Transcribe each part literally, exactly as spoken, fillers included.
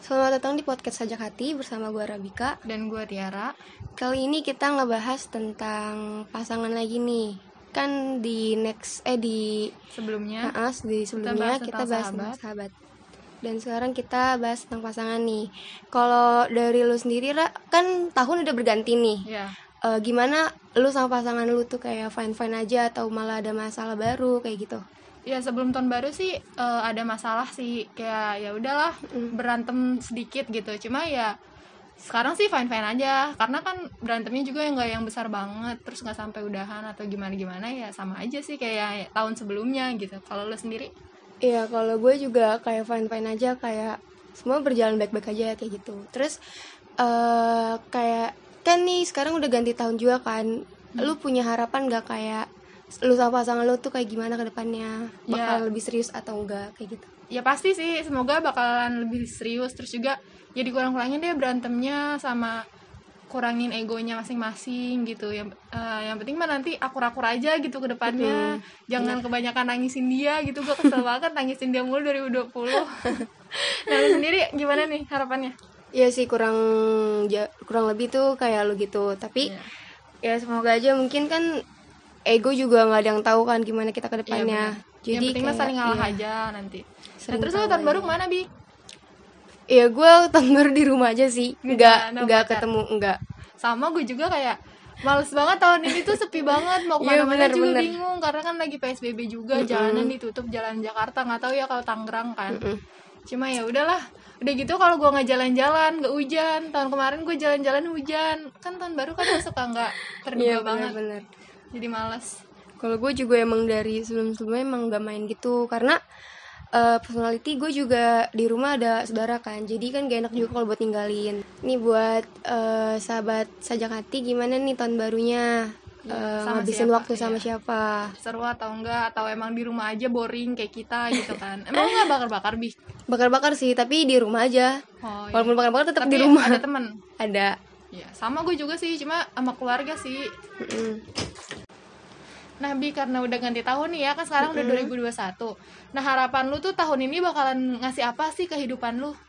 Selamat datang di podcast Sajak Hati bersama gue Rabika dan gue Tiara. Kali ini kita ngebahas tentang pasangan lagi nih. Kan di next eh di sebelumnya, uh, di sebelumnya kita bahas, kita tentang, bahas sahabat. tentang sahabat. Dan sekarang kita bahas tentang pasangan nih. Kalau dari lu sendiri, Ra, kan tahun udah berganti nih. Yeah. Uh, gimana lu sama pasangan lu tuh kayak fine-fine aja atau malah ada masalah baru kayak gitu? Ya sebelum tahun baru sih uh, ada masalah sih, kayak ya udahlah mm. berantem sedikit gitu. Cuma ya sekarang sih fine fine aja, karena kan berantemnya juga yang nggak yang besar banget, terus nggak sampai udahan atau gimana gimana, ya sama aja sih kayak tahun sebelumnya gitu. Kalau lo sendiri? Iya, kalau gue juga kayak fine fine aja, kayak semua berjalan baik baik aja kayak gitu. Terus uh, kayak kan nih sekarang udah ganti tahun juga kan, hmm. lu punya harapan nggak kayak lu sama pasangan lu tuh kayak gimana ke depannya? Bakal ya, lebih serius atau enggak kayak gitu? Ya pasti sih, semoga bakalan lebih serius. Terus juga ya dikurang-kurangin deh berantemnya, sama kurangin egonya masing-masing gitu. Yang uh, yang penting mah nanti akur-akur aja gitu ke depannya. Mm-hmm. Jangan Benar. Kebanyakan nangisin dia gitu. Gue kesel banget nangisin dia mulu dua ribu dua puluh. Nah lu sendiri gimana nih harapannya? Iya sih, kurang kurang lebih tuh kayak lu gitu. Tapi yeah. ya semoga aja, mungkin kan ego juga nggak ada yang tahu kan gimana kita ke depannya. Iya, jadi yang penting mah saling ngalah iya. aja nanti. Nah, terus lu tahun baru kemana, Bi? Iya, gue tahun baru di rumah aja sih. Nggak nggak ketemu, nggak. Sama gue juga, kayak males banget tahun ini tuh, sepi banget, mau kemana-mana juga bener. Bingung karena kan lagi P S B B juga, mm-hmm. jalanan ditutup, jalan Jakarta nggak tahu ya kalau Tangerang kan. Mm-hmm. Cuma ya udahlah. Udah gitu kalau gue nggak jalan-jalan nggak hujan. Tahun kemarin gue jalan-jalan hujan. Kan tahun baru kan suka nggak terduga yeah, banget. Bener. Jadi malas. Kalau gue juga emang dari sebelum-sebelumnya emang gak main gitu, karena uh, personality gue juga di rumah ada saudara kan, jadi kan gak enak juga kalau buat ninggalin. Nih buat uh, sahabat Sajak Hati, gimana nih tahun barunya? Uh, ngabisin siapa? Waktu sama ya. Siapa? Seru atau enggak? Atau emang di rumah aja boring kayak kita gitu kan? Emang nggak bakar-bakar, Bi? Bakar-bakar sih, tapi di rumah aja. Oh, iya. Walaupun bakar-bakar tetap tapi di rumah. Ada temen? Ada. Ya, sama gue juga sih, cuma sama keluarga sih. Mm-mm. Nah, Bi, karena udah ganti tahun nih ya, kan sekarang mm-hmm. udah dua ribu dua puluh satu. Nah, harapan lu tuh tahun ini bakalan ngasih apa sih kehidupan lu?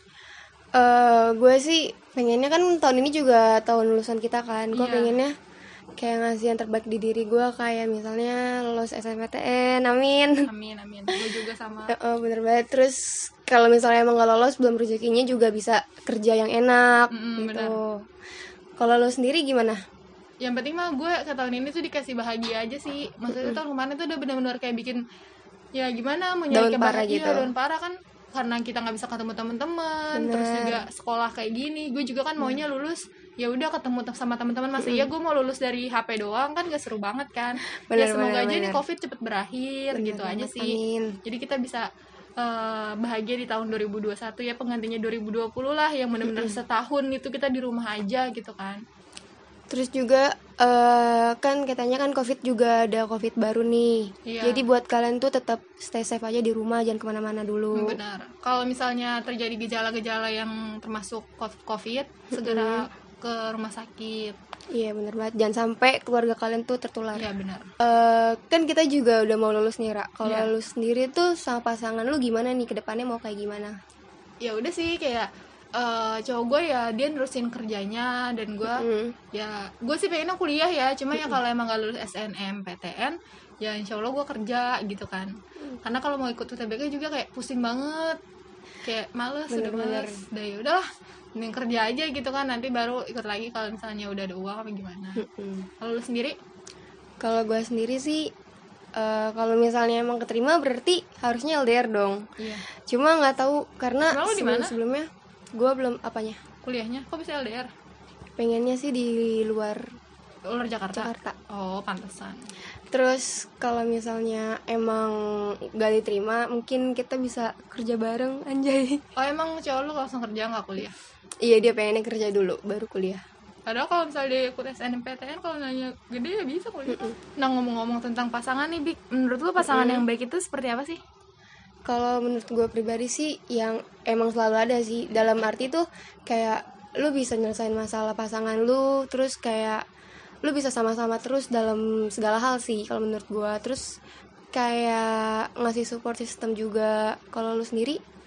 Uh, gue sih pengennya kan tahun ini juga tahun lulusan kita kan. Gue yeah. pengennya kayak ngasih yang terbaik di diri gue, kayak misalnya lulus S N M P T N, amin. Amin, amin. Gue juga sama. uh, bener banget. Terus kalau misalnya emang gak lolos, belum rezekinya juga bisa kerja yang enak mm, gitu. Kalau lo sendiri gimana? Yang penting mah gue ke tahun ini tuh dikasih bahagia aja sih. Maksudnya tahun kemarin tuh udah benar-benar kayak bikin ya gimana, mau nyari kebahagiaan gitu. Daun parah kan, karena kita nggak bisa ketemu teman-teman, terus juga sekolah kayak gini. Gue juga kan maunya lulus ya udah ketemu sama teman-teman. Masa iya gue mau lulus dari H P doang, kan gak seru banget kan. Bener, ya semoga bener, aja bener. Nih COVID cepet berakhir, bener, gitu bener, aja sih. Amin. Jadi kita bisa uh, bahagia di tahun dua ribu dua puluh satu ya, penggantinya dua ribu dua puluh lah, yang benar-benar setahun itu kita di rumah aja gitu kan. Terus juga uh, kan katanya kan COVID juga ada COVID baru nih. Iya. Jadi buat kalian tuh tetap stay safe aja di rumah, jangan kemana-mana dulu. Benar. Kalau misalnya terjadi gejala-gejala yang termasuk COVID, segera ke rumah sakit. Iya benar banget. Jangan sampai keluarga kalian tuh tertular. Iya benar. Uh, kan kita juga udah mau lulus nih, Ra. Kalau ya. Lu sendiri tuh sama pasangan lu gimana nih, ke depannya mau kayak gimana? Ya udah sih, kayak Uh, cowok gue ya dia nerusin kerjanya, dan gue mm. ya gue sih pengennya kuliah ya, cuma mm. ya kalau emang gak lulus S N M P T N ya insya Allah gue kerja gitu kan. mm. Karena kalau mau ikut U T B K juga kayak pusing banget, kayak males, bener, udah males udah ya udahlah mending kerja aja gitu kan, nanti baru ikut lagi kalau misalnya udah ada uang apa gimana. mm. Kalau lu sendiri? Kalau gue sendiri sih Uh, kalau misalnya emang keterima berarti harusnya L D R dong. Iya. Cuma nggak tahu karena sebelum sebelumnya gue belum apanya. Kuliahnya kok bisa L D R? Pengennya sih di luar luar Jakarta. Jakarta. Oh, pantesan. Terus kalau misalnya emang gak diterima, mungkin kita bisa kerja bareng, anjay. Oh, emang cowok lu langsung kerja nggak kuliah? Iya, dia pengennya kerja dulu baru kuliah. Padahal kalau misalnya dia ikut S N M P T N, kalau nanya gede ya bisa kuliah. Mm-mm. Nah, ngomong-ngomong tentang pasangan nih, Bik, menurut lu pasangan Mm-mm. yang baik itu seperti apa sih? Kalau menurut gue pribadi sih yang emang selalu ada sih. Dalam arti tuh kayak lu bisa nyelesain masalah pasangan lu, terus kayak lu bisa sama-sama terus dalam segala hal sih kalau menurut gue. Terus kayak ngasih support system juga. Kalau lu sendiri?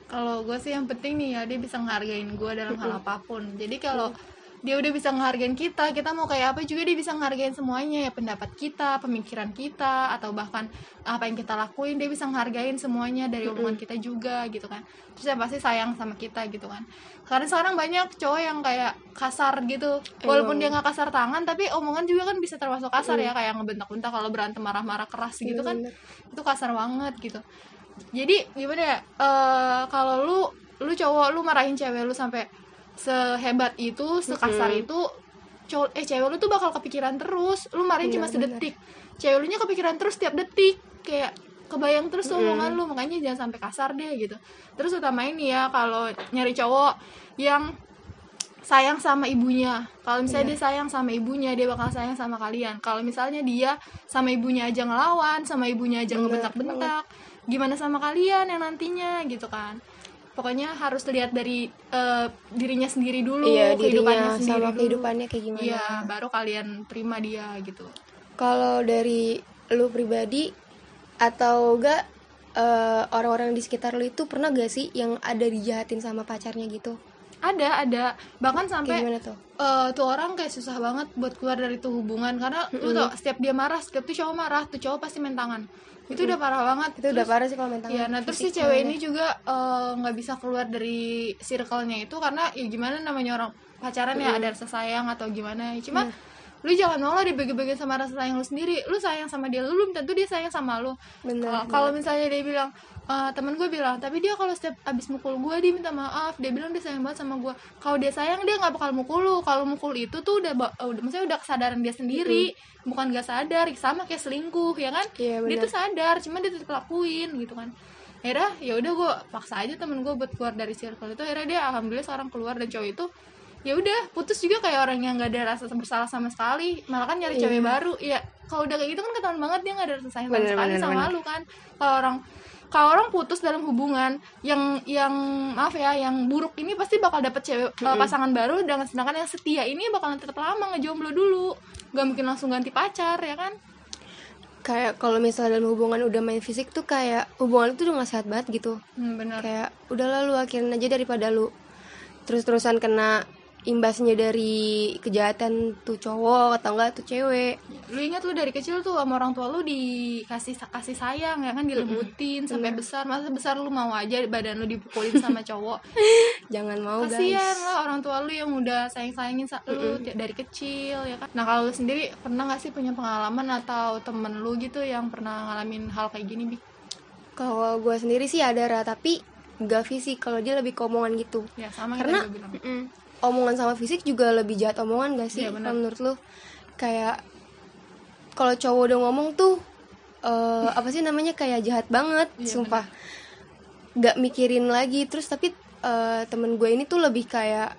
Kalau gue sih yang penting nih ya dia bisa ngehargain gue dalam hal apapun. Jadi kalau dia udah bisa ngehargain kita, kita mau kayak apa juga dia bisa ngehargain semuanya ya, pendapat kita, pemikiran kita, atau bahkan apa yang kita lakuin dia bisa ngehargain semuanya dari omongan kita juga gitu kan. Terus ya pasti sayang sama kita gitu kan. Karena sekarang banyak cowok yang kayak kasar gitu, walaupun dia nggak kasar tangan tapi omongan juga kan bisa termasuk kasar ya, kayak ngebentak-bentak kalau berantem marah-marah keras gitu kan, itu kasar banget gitu. Jadi gimana ya, uh, kalau lu lu cowok lu marahin cewek lu sampai sehebat itu, sekasar mm-hmm. itu, cowok eh cewek lu tuh bakal kepikiran terus. Lu marahin cuma sedetik, cewek lu nya kepikiran terus tiap detik, kayak kebayang terus mm-hmm. omongan lu. Makanya jangan sampai kasar deh gitu. Terus utama ini ya, kalau nyari cowok yang sayang sama ibunya. Kalau misalnya yeah. dia sayang sama ibunya, dia bakal sayang sama kalian. Kalau misalnya dia sama ibunya aja ngelawan, sama ibunya aja ngebentak-bentak, gimana sama kalian yang nantinya gitu kan. Pokoknya harus lihat dari uh, dirinya sendiri dulu, iya, kehidupannya sendiri sama dulu. Kehidupannya kayak gimana. Iya, baru kalian terima dia gitu. Kalau dari lu pribadi atau enggak, uh, orang-orang di sekitar lu itu pernah gak sih yang ada dijahatin sama pacarnya gitu? Ada, ada. Bahkan sampai tuh? Uh, tuh orang kayak susah banget buat keluar dari tuh hubungan. Karena mm-hmm. lu tau, setiap dia marah, setiap tuh cowok marah, tuh cowok pasti main tangan. Itu mm-hmm. udah parah banget. Itu terus, udah parah sih kalau main tangan. Ya, nah terus si cewek ini juga nggak uh, bisa keluar dari circle-nya itu. Karena ya gimana namanya orang pacaran mm-hmm. ya, ada rasa sayang atau gimana. Cuma mm. lu jangan mau lah dibagi-bagi sama rasa sayang lu sendiri. Lu sayang sama dia, lu belum tentu dia sayang sama lu. Kalau misalnya dia bilang, Uh, temen gue bilang, tapi dia kalau setiap abis mukul gue dia minta maaf, dia bilang dia sayang banget sama gue. Kalau dia sayang dia nggak bakal mukul lu. Kalau mukul itu tuh udah, uh, udah maksudnya udah kesadaran dia sendiri, mm-hmm. bukan gak sadar. Sama kayak selingkuh ya kan, yeah, dia tuh sadar, cuma dia tetap lakuin gitu kan. Akhirnya ya udah gue paksa aja temen gue buat keluar dari circle itu. Akhirnya dia alhamdulillah sekarang keluar, dan cowok itu ya udah putus juga kayak orang yang nggak ada rasa bersalah sama sekali, malah kan nyari yeah. cewek baru. Ya kalau udah kayak gitu kan ketahuan banget dia nggak ada rasa sayang sama bener, sekali bener, sama bener. lu kan. Kalau orang Kalau orang putus dalam hubungan yang yang maaf ya, yang buruk ini pasti bakal dapet cewek mm-hmm. pasangan baru, dan sedangkan yang setia ini bakalan tetap lama ngejomblo dulu, gak mungkin langsung ganti pacar ya kan. Kayak kalau misalnya dalam hubungan udah main fisik tuh kayak hubungan itu udah gak sehat banget gitu. hmm, benar. Kayak udahlah lu akhirin aja daripada lu terus-terusan kena imbasnya dari kejahatan tuh cowok atau enggak tuh cewek. Lu ingat lu dari kecil tuh sama orang tua lu dikasih kasih sayang ya kan, dilebutin mm-hmm. sampai Bener. besar. Masa besar lu mau aja badan lu dipukulin sama cowok? Jangan mau guys. Kasian lah orang tua lu yang udah sayang-sayangin lu mm-hmm. dari kecil ya kan. Nah kalau lu sendiri pernah gak sih punya pengalaman atau temen lu gitu yang pernah ngalamin hal kayak gini, Bi? Kalau gue sendiri sih ada, Ra, tapi gak fisik. Kalau dia lebih ke omongan gitu. Ya sama karena kita juga bilang. Omongan sama fisik juga lebih jahat omongan gak sih? Ya, menurut lu? Kayak kalau cowok udah ngomong tuh uh, apa sih namanya, kayak jahat banget, ya, sumpah. Bener. Gak mikirin lagi. Terus tapi uh, temen gue ini tuh lebih kayak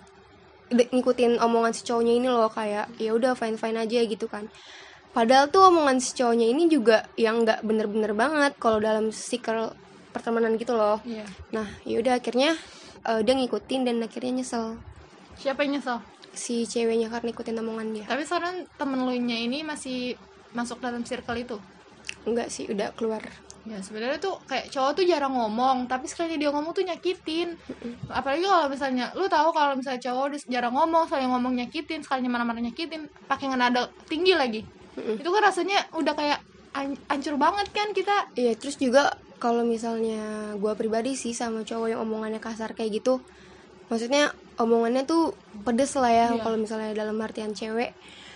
ngikutin omongan si cowoknya ini loh, kayak ya udah fine fine aja gitu kan. Padahal tuh omongan si cowoknya ini juga yang gak bener-bener banget kalau dalam circle pertemanan gitu loh. Ya. Nah yaudah akhirnya uh, dia ngikutin dan akhirnya nyesel. Siapa yang nyesel? Si ceweknya karena ikutin omongan dia. Tapi sekarang temen lu nya ini masih masuk dalam circle itu? Enggak sih, udah keluar. Ya sebenarnya tuh kayak cowok tuh jarang ngomong, tapi sekali dia ngomong tuh nyakitin. Mm-mm. Apalagi kalau misalnya lu tahu kalau misalnya cowok jarang ngomong, sekali ngomong nyakitin, sekali marah-marah nyakitin, pakai nada tinggi lagi. Mm-mm. Itu kan rasanya udah kayak hancur banget kan kita. Iya, terus juga kalau misalnya gue pribadi sih sama cowok yang omongannya kasar kayak gitu, maksudnya omongannya tuh pedes lah ya. Iya. Kalau misalnya dalam artian cewek,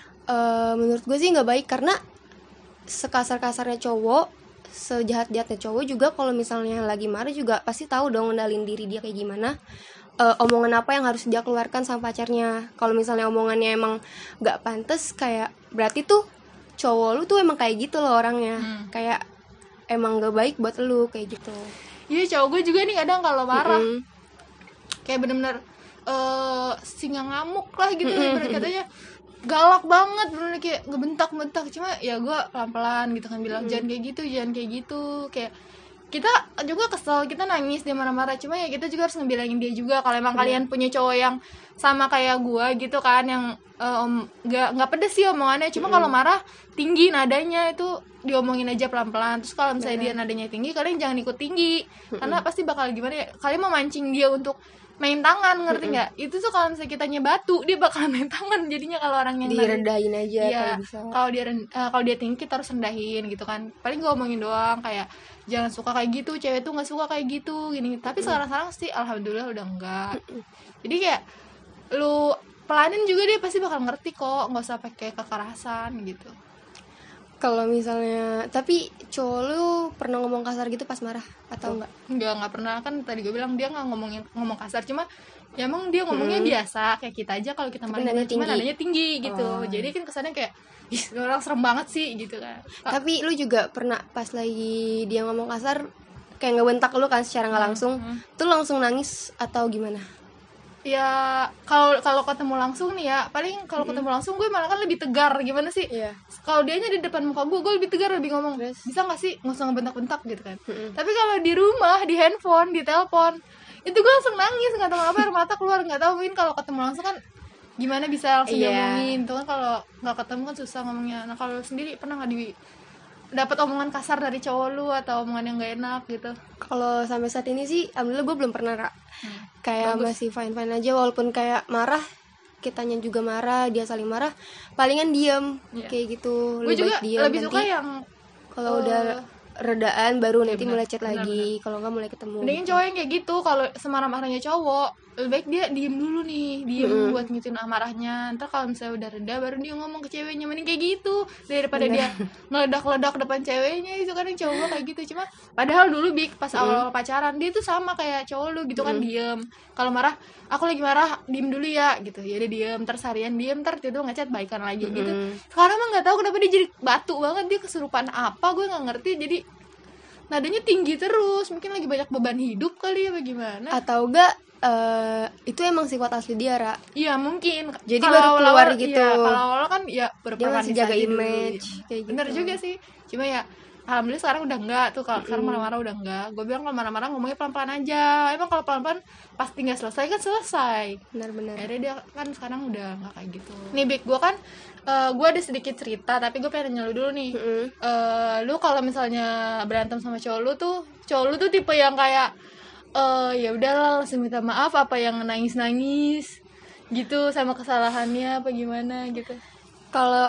uh, menurut gue sih nggak baik, karena sekasar-kasarnya cowok, sejahat-jahatnya cowok juga kalau misalnya lagi marah juga pasti tahu dong ngendalin diri dia kayak gimana, uh, omongan apa yang harus dia keluarkan sama pacarnya. Kalau misalnya omongannya emang nggak pantas, kayak berarti tuh cowok lu tuh emang kayak gitu loh orangnya, hmm. kayak emang nggak baik buat lu kayak gitu. Iya, cowok gue juga nih kadang kalau marah mm-hmm. kayak bener-bener Uh, singa ngamuk lah gitu, mm-hmm. katanya galak banget, bener kayak ngebentak-bentak. Cuma ya gue pelan-pelan gitu kan bilang, mm-hmm. jangan kayak gitu, jangan kayak gitu, kayak kita juga kesel, kita nangis, dia marah-marah, cuma ya kita juga harus ngebilangin dia juga kalau emang Bener. kalian punya cowok yang sama kayak gue gitu kan, yang uh, om nggak nggak pedes sih omongannya, cuma mm. kalau marah tinggi nadanya, itu diomongin aja pelan-pelan. Terus kalau misalnya Bener. dia nadanya tinggi, kalian jangan ikut tinggi, mm-mm. karena pasti bakal gimana ya, kalian mau mancing dia untuk main tangan, ngerti nggak? Itu tuh kalau misalnya kitanya batu, dia bakal main tangan jadinya. Kalau orang yang direndahin aja ya, kalau dia uh, kalau dia tinggi kita harus rendahin gitu kan. Paling gue omongin doang kayak jangan suka kayak gitu, cewek tuh nggak suka kayak gitu gini. Tapi sekarang-sekarang sih alhamdulillah udah enggak. Jadi kayak lu pelanin juga dia pasti bakal ngerti kok, nggak usah pakai kekerasan gitu. Kalau misalnya, tapi cowok lu pernah ngomong kasar gitu pas marah atau enggak? Enggak, enggak pernah. Kan tadi gue bilang dia enggak ngomongin ngomong kasar, cuma ya emang dia ngomongnya hmm. biasa kayak kita aja kalau kita marah, cuma nadanya tinggi gitu. Oh. Jadi kan kesannya kayak ih, orang serem banget sih gitu kan. Tapi lu juga pernah pas lagi dia ngomong kasar kayak ngebentak lu kan secara enggak langsung, hmm. tuh langsung nangis atau gimana? Ya kalau kalau ketemu langsung nih ya, paling kalau ketemu mm-hmm. langsung gue malah kan lebih tegar, gimana sih? Yeah. Kalau dianya di depan muka gue, gue lebih tegar, lebih ngomong, yes. bisa nggak sih nggak usah ngebentak-bentak gitu kan? Mm-hmm. Tapi kalau di rumah, di handphone, di telepon, itu gue langsung nangis, nggak tahu apa, air mata keluar, nggak tahu. Mungkin kalau ketemu langsung kan gimana bisa langsung yeah. ngomongin, tuh kan kalau nggak ketemu kan susah ngomongnya. Nah kalau sendiri pernah nggak di dapat omongan kasar dari cowok lu atau omongan yang gak enak gitu? Kalau sampai saat ini sih alhamdulillah gue belum pernah, Kak. Hmm. Kayak Bagus. Masih fine-fine aja, walaupun kayak marah, kitanya juga marah, dia saling marah, palingan diem yeah. kayak gitu. Gue juga diem. Lebih suka yang kalau uh, udah redaan baru nanti mulai chat lagi, kalau nggak mulai ketemu. Mendingin cowok yang kayak gitu, kalau semarah-marahnya cowok lebih baik dia diem dulu nih, diem mm-hmm. buat ngituin amarahnya. Ntar kalau misalnya udah reda baru dia ngomong ke ceweknya. Mending kayak gitu daripada Bener. dia ngeledak-ledak depan ceweknya. Itu kan yang cowok kayak gitu. Cuma padahal dulu Bik pas mm-hmm. awal pacaran dia tuh sama kayak cowok lu gitu kan, mm-hmm. diem. Kalau marah, aku lagi marah, diem dulu ya gitu. Ya udah diem, ntar seharian diem, ntar tiba-tiba ngechat baikan lagi mm-hmm. gitu. Sekarang mah nggak tahu kenapa dia jadi batu banget, dia kesurupan apa gue nggak ngerti. Jadi nadanya tinggi terus, mungkin lagi banyak beban hidup kali ya, bagaimana? Atau enggak uh, itu emang sifat asli dia, Ra? Iya mungkin. Jadi kalo baru keluar awal, gitu. Iya, kalau awal kan ya dia masih jaga image, kayak gitu. Bener juga sih. Cuma ya alhamdulillah sekarang udah enggak tuh. Kalau sekarang marah-marah udah enggak. Gue bilang kalau marah-marah ngomongnya pelan-pelan aja. Emang kalau pelan-pelan pasti nggak selesai kan selesai. Benar-benar. Akhirnya dia kan sekarang udah nggak kayak gitu. Nih Bik, gue kan uh, gue ada sedikit cerita, tapi gue pengen nanya lu dulu nih. Mm-hmm. Uh, lu kalau misalnya berantem sama cowok lu tuh, cowok lu tuh tipe yang kayak uh, ya udahlah langsung minta maaf, apa yang nangis-nangis gitu sama kesalahannya apa gimana gitu? Kalau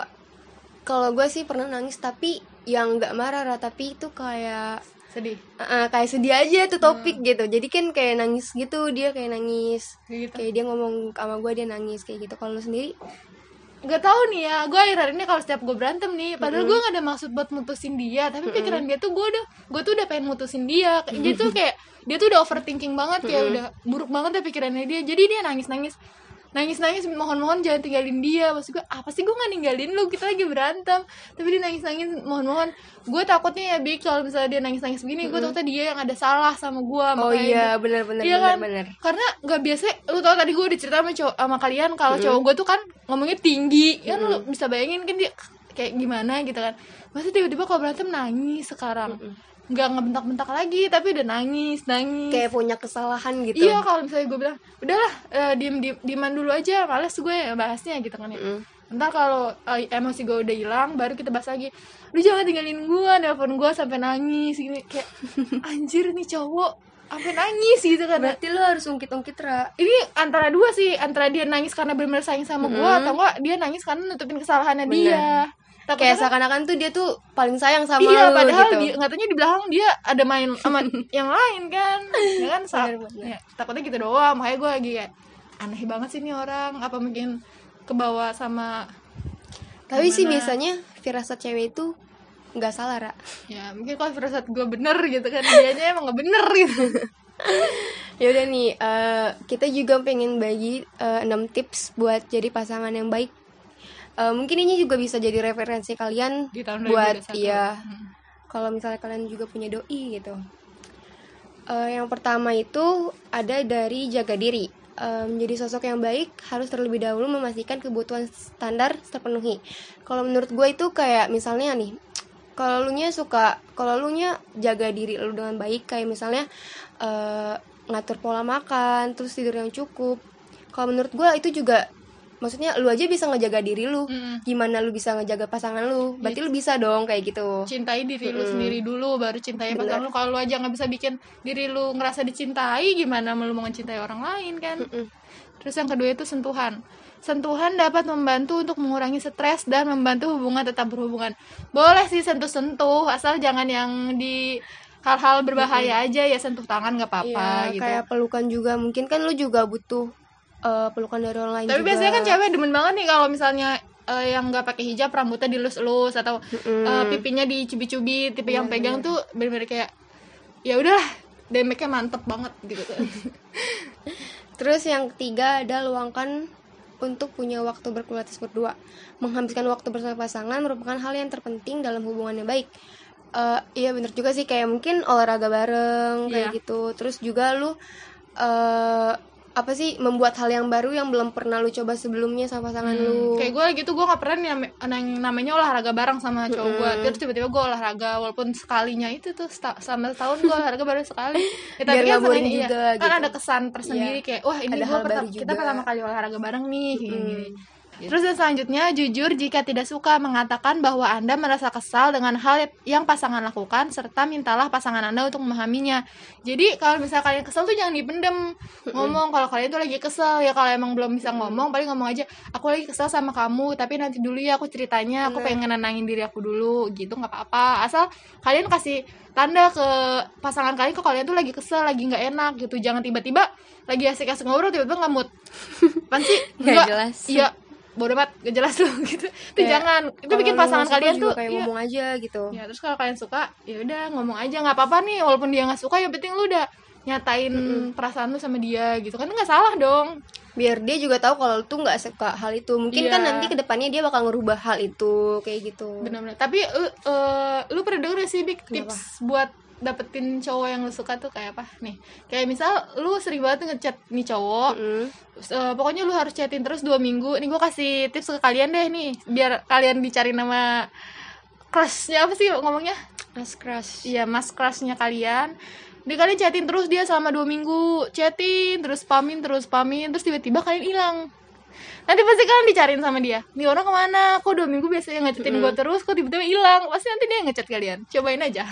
kalau gue sih pernah nangis, tapi yang nggak marah, tapi itu kayak sedih, uh, kayak sedih aja tuh topik hmm. gitu. Jadi kan kayak nangis gitu, dia kayak nangis gitu. Kayak dia ngomong sama gue, dia nangis kayak gitu. Kalau lu sendiri? Gak tahu nih ya, gue akhir-akhir ini kalau setiap gue berantem nih, padahal mm-hmm. gue gak ada maksud buat mutusin dia, tapi mm-hmm. pikiran dia tuh gue udah gue tuh udah pengen mutusin dia. Jadi tuh kayak dia tuh udah overthinking banget, kayak mm-hmm. udah buruk banget deh pikirannya dia. Jadi dia nangis-nangis nangis-nangis mohon-mohon jangan tinggalin dia. Maksud gue apa sih, gue gak ninggalin lu, kita lagi berantem, tapi dia nangis-nangis mohon-mohon. Gue takutnya ya Bik, kalau misalnya dia nangis-nangis begini, mm-hmm. gue takutnya dia yang ada salah sama gue. Oh iya benar-benar iya kan? benar-benar. Karena gak biasa, lu tau tadi gue udah cerita sama, cow- sama kalian kalau mm-hmm. cowok gue tuh kan ngomongnya tinggi, kan mm-hmm. lu bisa bayangin kan dia kayak gimana gitu kan. Masa tiba-tiba kalau berantem nangis sekarang, mm-hmm. nggak ngebentak-bentak lagi tapi udah nangis nangis kayak punya kesalahan gitu. Iya, kalau misalnya gue bilang udahlah uh, diem diem dieman dulu aja, males gue bahasnya gitu kan ya. Mm. Ntar kalau uh, emosi gue udah hilang baru kita bahas lagi. Lu jangan tinggalin gue, nelpon gue sampai nangis gini, kayak anjir nih cowok sampai nangis gitu kan. Berarti lu harus ungkit-ungkit, Ra. Ini antara dua sih, antara dia nangis karena benar-benar sayang sama mm-hmm. gue, atau enggak dia nangis karena nutupin kesalahannya. Bener. Dia takutnya kayak seakan-akan tuh dia tuh paling sayang sama iya, lu padahal gitu. Dia, katanya di belakang dia ada main sama yang lain kan. Ya kan, sa- ya, takutnya gitu doang. Makanya gue lagi kayak aneh banget sih nih orang, apa mungkin kebawa sama. Tapi gimana? Sih biasanya firasat cewek itu nggak salah, Ra. Ya mungkin kalau firasat gue bener gitu kan, dianya emang nggak bener gitu. Ya udah nih, uh, kita juga pengen bagi uh, enam tips buat jadi pasangan yang baik. Uh, mungkin ini juga bisa jadi referensi kalian buat iya hmm. kalau misalnya kalian juga punya doi gitu. Uh, yang pertama itu ada dari jaga diri. Uh, menjadi sosok yang baik harus terlebih dahulu memastikan kebutuhan standar terpenuhi. Kalau menurut gue itu kayak misalnya nih, kalau lu nya suka, kalau lu nya jaga diri lu dengan baik, kayak misalnya uh, ngatur pola makan, terus tidur yang cukup. Kalau menurut gue itu juga, maksudnya lu aja bisa ngejaga diri lu, mm. gimana lu bisa ngejaga pasangan lu? Berarti lu bisa dong kayak gitu. Cintai diri mm. lu sendiri dulu, baru cintai pasangan lu. Kalau lu aja nggak bisa bikin diri lu ngerasa dicintai, gimana lu mau mencintai orang lain kan? Mm-mm. Terus yang kedua itu sentuhan. Sentuhan dapat membantu untuk mengurangi stres dan membantu hubungan tetap berhubungan. Boleh sih sentuh-sentuh, asal jangan yang di hal-hal berbahaya mm-hmm. aja ya, sentuh tangan nggak apa-apa. Iya, gitu. Kayak pelukan juga, mungkin kan lu juga butuh uh, pelukan dari orang lain. Tapi juga. Biasanya kan cewek demen banget nih kalau misalnya uh, yang nggak pakai hijab, rambutnya dilus-lus atau mm-hmm. uh, pipinya dicubit-cubit, tipe yang pegang tuh bener-bener kayak ya udahlah, damage-nya mantep banget gitu. Terus yang ketiga ada luangkan untuk punya waktu berkualitas berdua. Menghabiskan waktu bersama pasangan merupakan hal yang terpenting dalam hubungan yang baik. Uh, iya bener juga sih, kayak mungkin olahraga bareng kayak yeah. gitu. Terus juga lu uh, apa sih, membuat hal yang baru yang belum pernah lu coba sebelumnya sama pasangan hmm. lu. Kayak gue gitu, gue nggak pernah nih yang namanya olahraga bareng sama cowok hmm. gue. Terus tiba-tiba gue olahraga, walaupun sekalinya itu tuh sta- sama setahun gue olahraga baru sekali. Ya, tapi kan sengaja iya, gitu. Kan ada kesan tersendiri yeah. kayak wah ini gue pertama kita pertama kali olahraga bareng nih. Hmm. Gini. Gitu. Terus yang selanjutnya, jujur jika tidak suka, mengatakan bahwa Anda merasa kesal dengan hal yang pasangan lakukan, serta mintalah pasangan Anda untuk memahaminya. Jadi kalau misalnya kalian kesel tuh jangan dipendem, ngomong kalau kalian tuh lagi kesel. Ya kalau emang belum bisa ngomong, paling ngomong aja, aku lagi kesel sama kamu, tapi nanti dulu ya aku ceritanya, aku pengen nenangin diri aku dulu, gitu nggak apa-apa. Asal kalian kasih tanda ke pasangan kalian kalau kalian tuh lagi kesel, lagi nggak enak gitu. Jangan tiba-tiba lagi asik-asik ngobrol tiba-tiba nggak mood. Pan sih nggak jelas. Iya. Bodoh banget, gak jelas lu gitu. Itu jangan. Itu bikin pasangan kalian tuh kayak iya. ngomong aja gitu. Ya, terus kalau kalian suka, ya udah ngomong aja, enggak apa-apa nih walaupun dia enggak suka, yang penting lu udah nyatain mm-hmm. perasaan lu sama dia gitu. Kan enggak salah dong. Biar dia juga tahu kalau lu tuh enggak suka hal itu. Mungkin yeah. kan nanti kedepannya dia bakal ngerubah hal itu kayak gitu. Benar-benar. Tapi uh, uh, lu pernah denger sih Big tips buat dapetin cowok yang lu suka tuh kayak apa nih? Kayak misal lu sering banget ngechat nih cowok, mm-hmm. uh, pokoknya lu harus chatin terus dua minggu. Nih gue kasih tips ke kalian deh nih, biar kalian dicari nama crushnya apa sih ngomongnya? Mas crush. Iya, mas crushnya kalian. Dia kalian chatin terus dia selama dua minggu, chatin terus spamin terus spamin, terus tiba-tiba kalian hilang. Nanti pasti kalian dicariin sama dia. Nih orang kemana? Kok dua minggu biasanya ngechatin mm-hmm. gue terus, kok tiba-tiba hilang? Pasti nanti dia ngechat kalian. Cobain aja.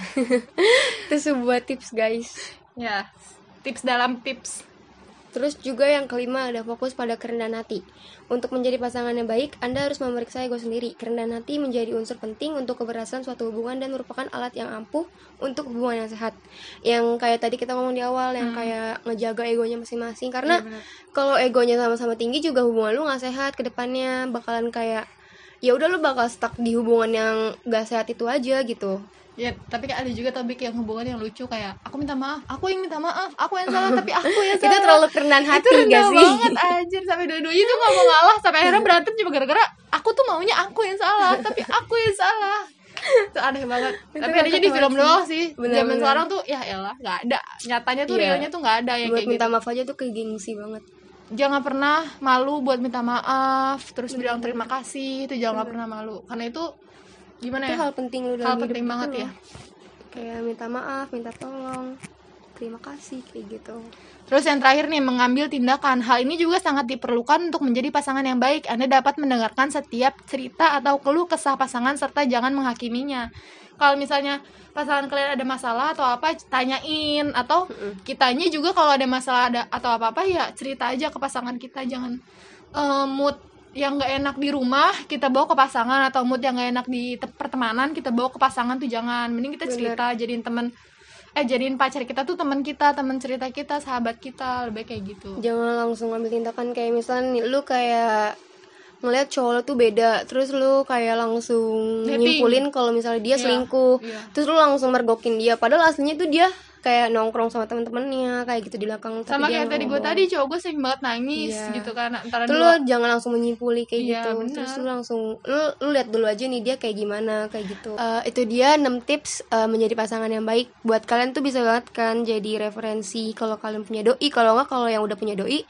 Itu sebuah tips guys. Ya, tips dalam tips. Terus juga yang kelima ada fokus pada kerendahan hati. Untuk menjadi pasangan yang baik, Anda harus memeriksa ego sendiri. Kerendahan hati menjadi unsur penting untuk keberhasilan suatu hubungan dan merupakan alat yang ampuh untuk hubungan yang sehat. Yang kayak tadi kita ngomong di awal, yang hmm. kayak ngejaga egonya masing-masing. Karena ya, kalau egonya sama-sama tinggi juga hubungan lu nggak sehat ke depannya. Bakalan kayak ya udah lu bakal stuck di hubungan yang nggak sehat itu aja gitu. Ya, tapi kan ada juga topik yang hubungan yang lucu kayak aku minta maaf, aku yang minta maaf, aku yang salah, tapi aku yang salah. Itu terlalu kerendahan hati gak sih? Itu rendah banget anjir, sampai dua-duanya tuh gak mau ngalah, sampai akhirnya berantem cuma gara-gara aku tuh maunya aku yang salah, tapi aku yang salah. Itu aneh banget. Itu tapi adanya di film doang sih. Zaman sekarang tuh ya elah, gak ada. Nyatanya tuh yeah. realnya tuh gak ada yang buat kayak minta gitu. Maaf aja tuh kegengsi banget. Jangan pernah malu buat minta maaf, terus bener, bilang terima kasih, itu jangan pernah malu. Karena itu gimana itu ya? Hal penting lu dalam hal hidup penting banget ya. Kayak minta maaf, minta tolong, terima kasih, kayak gitu. Terus yang terakhir nih, mengambil tindakan. Hal ini juga sangat diperlukan untuk menjadi pasangan yang baik. Anda dapat mendengarkan setiap cerita atau keluh kesah pasangan serta jangan menghakiminya. Kalau misalnya pasangan kalian ada masalah atau apa, tanyain. Atau kitanya juga kalau ada masalah ada atau apa-apa ya cerita aja ke pasangan kita. Jangan uh, mood yang gak enak di rumah kita bawa ke pasangan, atau mood yang gak enak di te- pertemanan kita bawa ke pasangan tuh jangan. Mending kita cerita. Bener. Jadiin temen eh jadiin pacar kita tuh teman kita, teman cerita kita, sahabat kita, lebih kayak gitu. Jangan langsung ambil tindakan kayak misalnya nih, lu kayak ngeliat cowok tuh beda, terus lu kayak langsung Dating. nyimpulin kalau misalnya dia yeah. selingkuh, yeah. terus lu langsung mergokin dia, padahal aslinya tuh dia kayak nongkrong sama temen-temennya kayak gitu di belakang. Sama kayak tadi gue tadi, cowok gue sering banget nangis yeah. gitu kan antara tuh dua. Lu jangan langsung menyimpuli kayak yeah, gitu bener. Terus lu langsung lu lu lihat dulu aja nih dia kayak gimana kayak gitu. Uh, itu dia enam tips uh, menjadi pasangan yang baik. Buat kalian tuh bisa banget kan jadi referensi kalau kalian punya doi. Kalau nggak, kalau yang udah punya doi,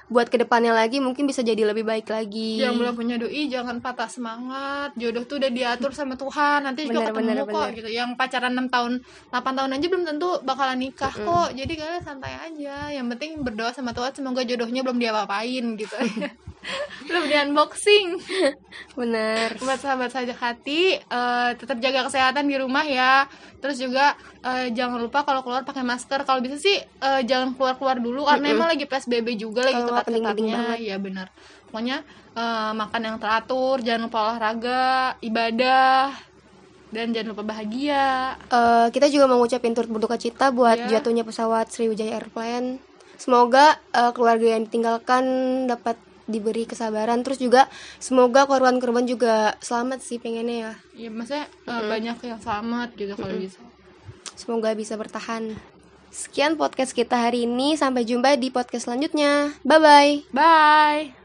buat kedepannya lagi mungkin bisa jadi lebih baik lagi. Yang belum punya doi jangan patah semangat, jodoh tuh udah diatur sama Tuhan, nanti juga bener, ketemu bener, kok bener. Gitu. Yang pacaran enam tahun delapan tahun aja belum tentu bakalan nikah mm. kok, jadi kalian santai aja, yang penting berdoa sama Tuhan semoga jodohnya belum diapa-apain gitu. Belum di unboxing. Bener. Buat sahabat Sajak Hati, uh, tetap jaga kesehatan di rumah ya. Terus juga uh, jangan lupa kalau keluar pakai masker. Kalau bisa sih uh, jangan keluar-keluar dulu karena mm-hmm. emang lagi P S B B juga, lagi ketat-ketatnya. Ya benar. Pokoknya uh, makan yang teratur, jangan lupa olahraga, ibadah, dan jangan lupa bahagia. Uh, kita juga mau ngucapin turut berduka cita buat yeah. jatuhnya pesawat Sriwijaya Airplane. Semoga uh, keluarga yang ditinggalkan dapat diberi kesabaran, terus juga semoga korban-korban juga selamat sih pengennya ya. Iya, maksudnya uh, mm-hmm. banyak yang selamat gitu kalau mm-hmm. bisa. Semoga bisa bertahan. Sekian podcast kita hari ini, sampai jumpa di podcast selanjutnya. Bye bye. Bye.